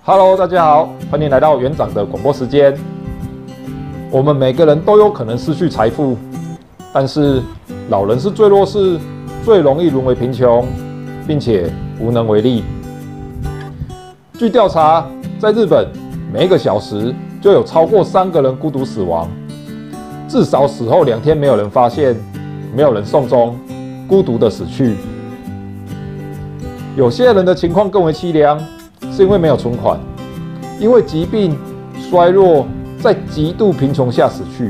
Hello， 大家好，欢迎来到园长的广播时间。我们每个人都有可能失去财富，但是老人是最弱势、最容易沦为贫穷，并且无能为力。据调查，在日本，每一个小时就有超过3个人孤独死亡，至少死后2天没有人发现，没有人送终，孤独的死去。有些人的情况更为凄凉，是因为没有存款，因为疾病、衰弱，在极度贫穷下死去。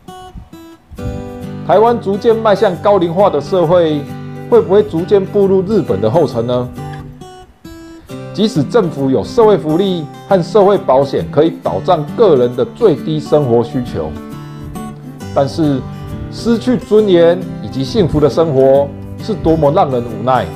台湾逐渐迈向高龄化的社会，会不会逐渐步入日本的后尘呢？即使政府有社会福利和社会保险可以保障个人的最低生活需求，但是失去尊严以及幸福的生活是多么让人无奈。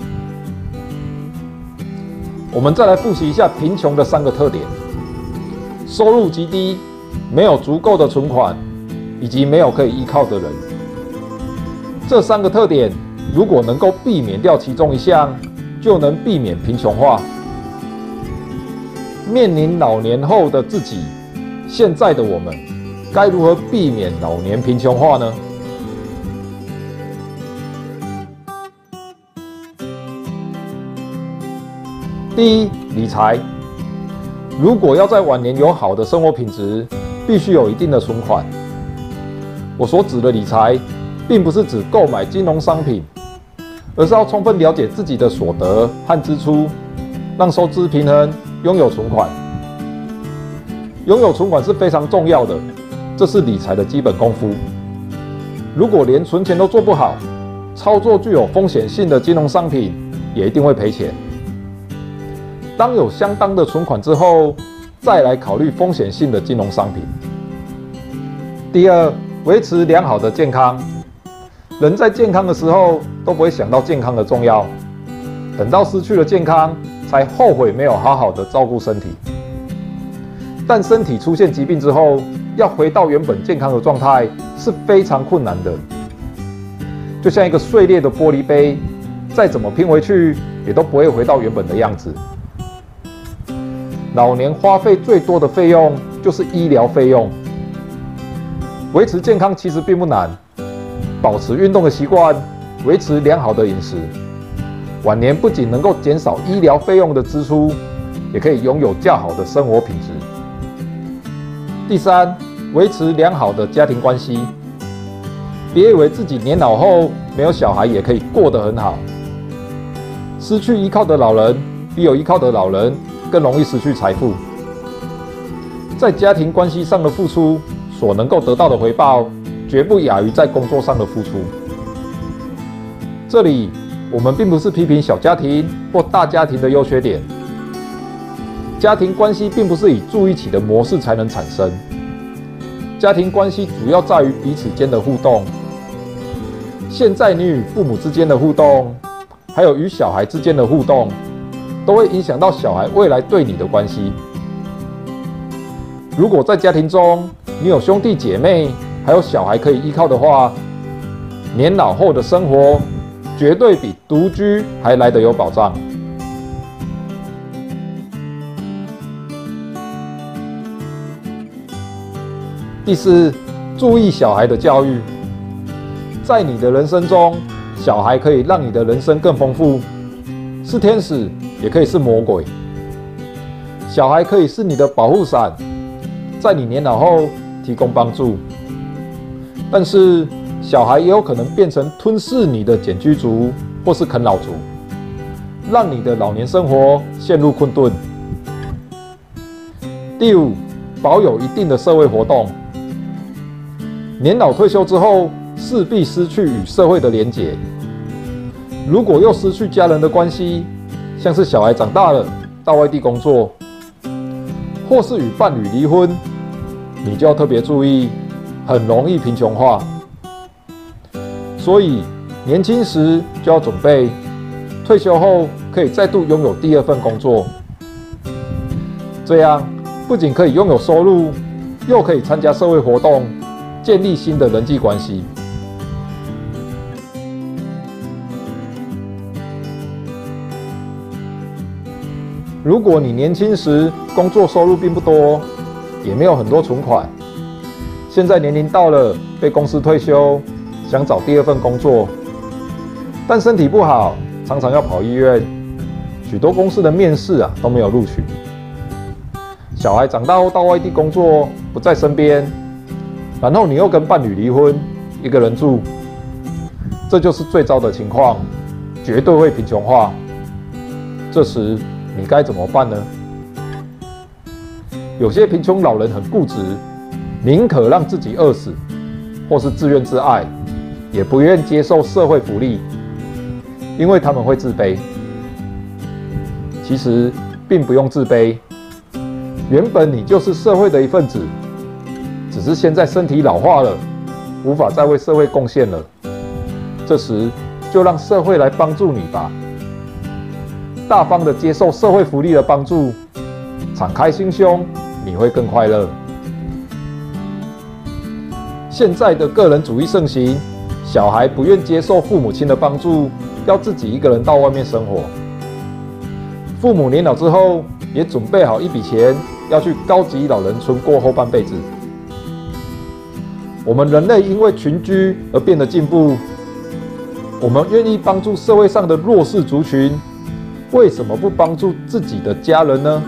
我们再来复习一下贫穷的3个特点：收入极低、没有足够的存款，以及没有可以依靠的人。这3个特点，如果能够避免掉其中一项，就能避免贫穷化。面临老年后的自己，现在的我们，该如何避免老年贫穷化呢？第一，理财。如果要在晚年有好的生活品质，必须有一定的存款。我所指的理财，并不是指购买金融商品，而是要充分了解自己的所得和支出，让收支平衡，拥有存款。拥有存款是非常重要的，这是理财的基本功夫。如果连存钱都做不好，操作具有风险性的金融商品，也一定会赔钱。当有相当的存款之后，再来考虑风险性的金融商品。第二，维持良好的健康。人在健康的时候都不会想到健康的重要，等到失去了健康，才后悔没有好好的照顾身体。但身体出现疾病之后，要回到原本健康的状态是非常困难的。就像一个碎裂的玻璃杯，再怎么拼回去，也都不会回到原本的样子。老年花费最多的费用就是医疗费用。维持健康其实并不难，保持运动的习惯，维持良好的饮食，晚年不仅能够减少医疗费用的支出，也可以拥有较好的生活品质。第三，维持良好的家庭关系。别以为自己年老后没有小孩也可以过得很好。失去依靠的老人，比有依靠的老人更容易失去财富。在家庭关系上的付出，所能够得到的回报，绝不亚于在工作上的付出。这里我们并不是批评小家庭或大家庭的优缺点。家庭关系并不是以住一起的模式才能产生。家庭关系主要在于彼此间的互动。现在你与父母之间的互动，还有与小孩之间的互动，都会影响到小孩未来对你的关系。如果在家庭中你有兄弟姐妹，还有小孩可以依靠的话，年老后的生活绝对比独居还来得有保障。第四，注意小孩的教育。在你的人生中，小孩可以让你的人生更丰富，是天使，也可以是魔鬼。小孩可以是你的保护伞，在你年老后提供帮助，但是小孩也有可能变成吞噬你的简居族或是啃老族，让你的老年生活陷入困顿。第五，保有一定的社会活动。年老退休之后，势必失去与社会的连结。如果又失去家人的关系，像是小孩长大了到外地工作，或是与伴侣离婚，你就要特别注意，很容易贫穷化。所以年轻时就要准备，退休后可以再度拥有第2份工作，这样不仅可以拥有收入，又可以参加社会活动，建立新的人际关系。 如果你年轻时工作收入并不多，也没有很多存款，现在年龄到了，被公司退休，想找第二份工作，但身体不好，常常要跑医院，许多公司的面试都没有录取。小孩长大后到外地工作，不在身边，然后你又跟伴侣离婚，一个人住，这就是最糟的情况，绝对会贫穷化。这时你该怎么办呢？有些贫穷老人很固执，宁可让自己饿死，或是自怨自艾，也不愿接受社会福利，因为他们会自卑。其实并不用自卑，原本你就是社会的一份子，只是现在身体老化了，无法再为社会贡献了。这时就让社会来帮助你吧，大方的接受社会福利的帮助，敞开心胸，你会更快乐。现在的个人主义盛行，小孩不愿接受父母亲的帮助，要自己一个人到外面生活。父母年老之后，也准备好一笔钱，要去高级老人村过后半辈子。我们人类因为群居而变得进步，我们愿意帮助社会上的弱势族群，为什么不帮助自己的家人呢？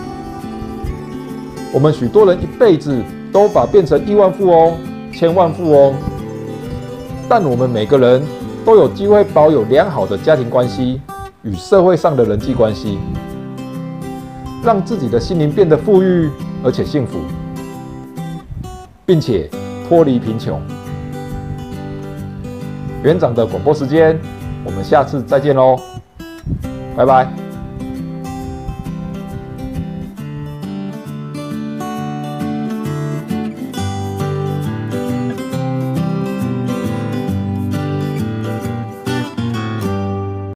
我们许多人一辈子都把变成亿万富翁、千万富翁，但我们每个人都有机会保有良好的家庭关系与社会上的人际关系，让自己的心灵变得富裕而且幸福，并且脱离贫穷。园长的广播时间，我们下次再见喽，拜拜。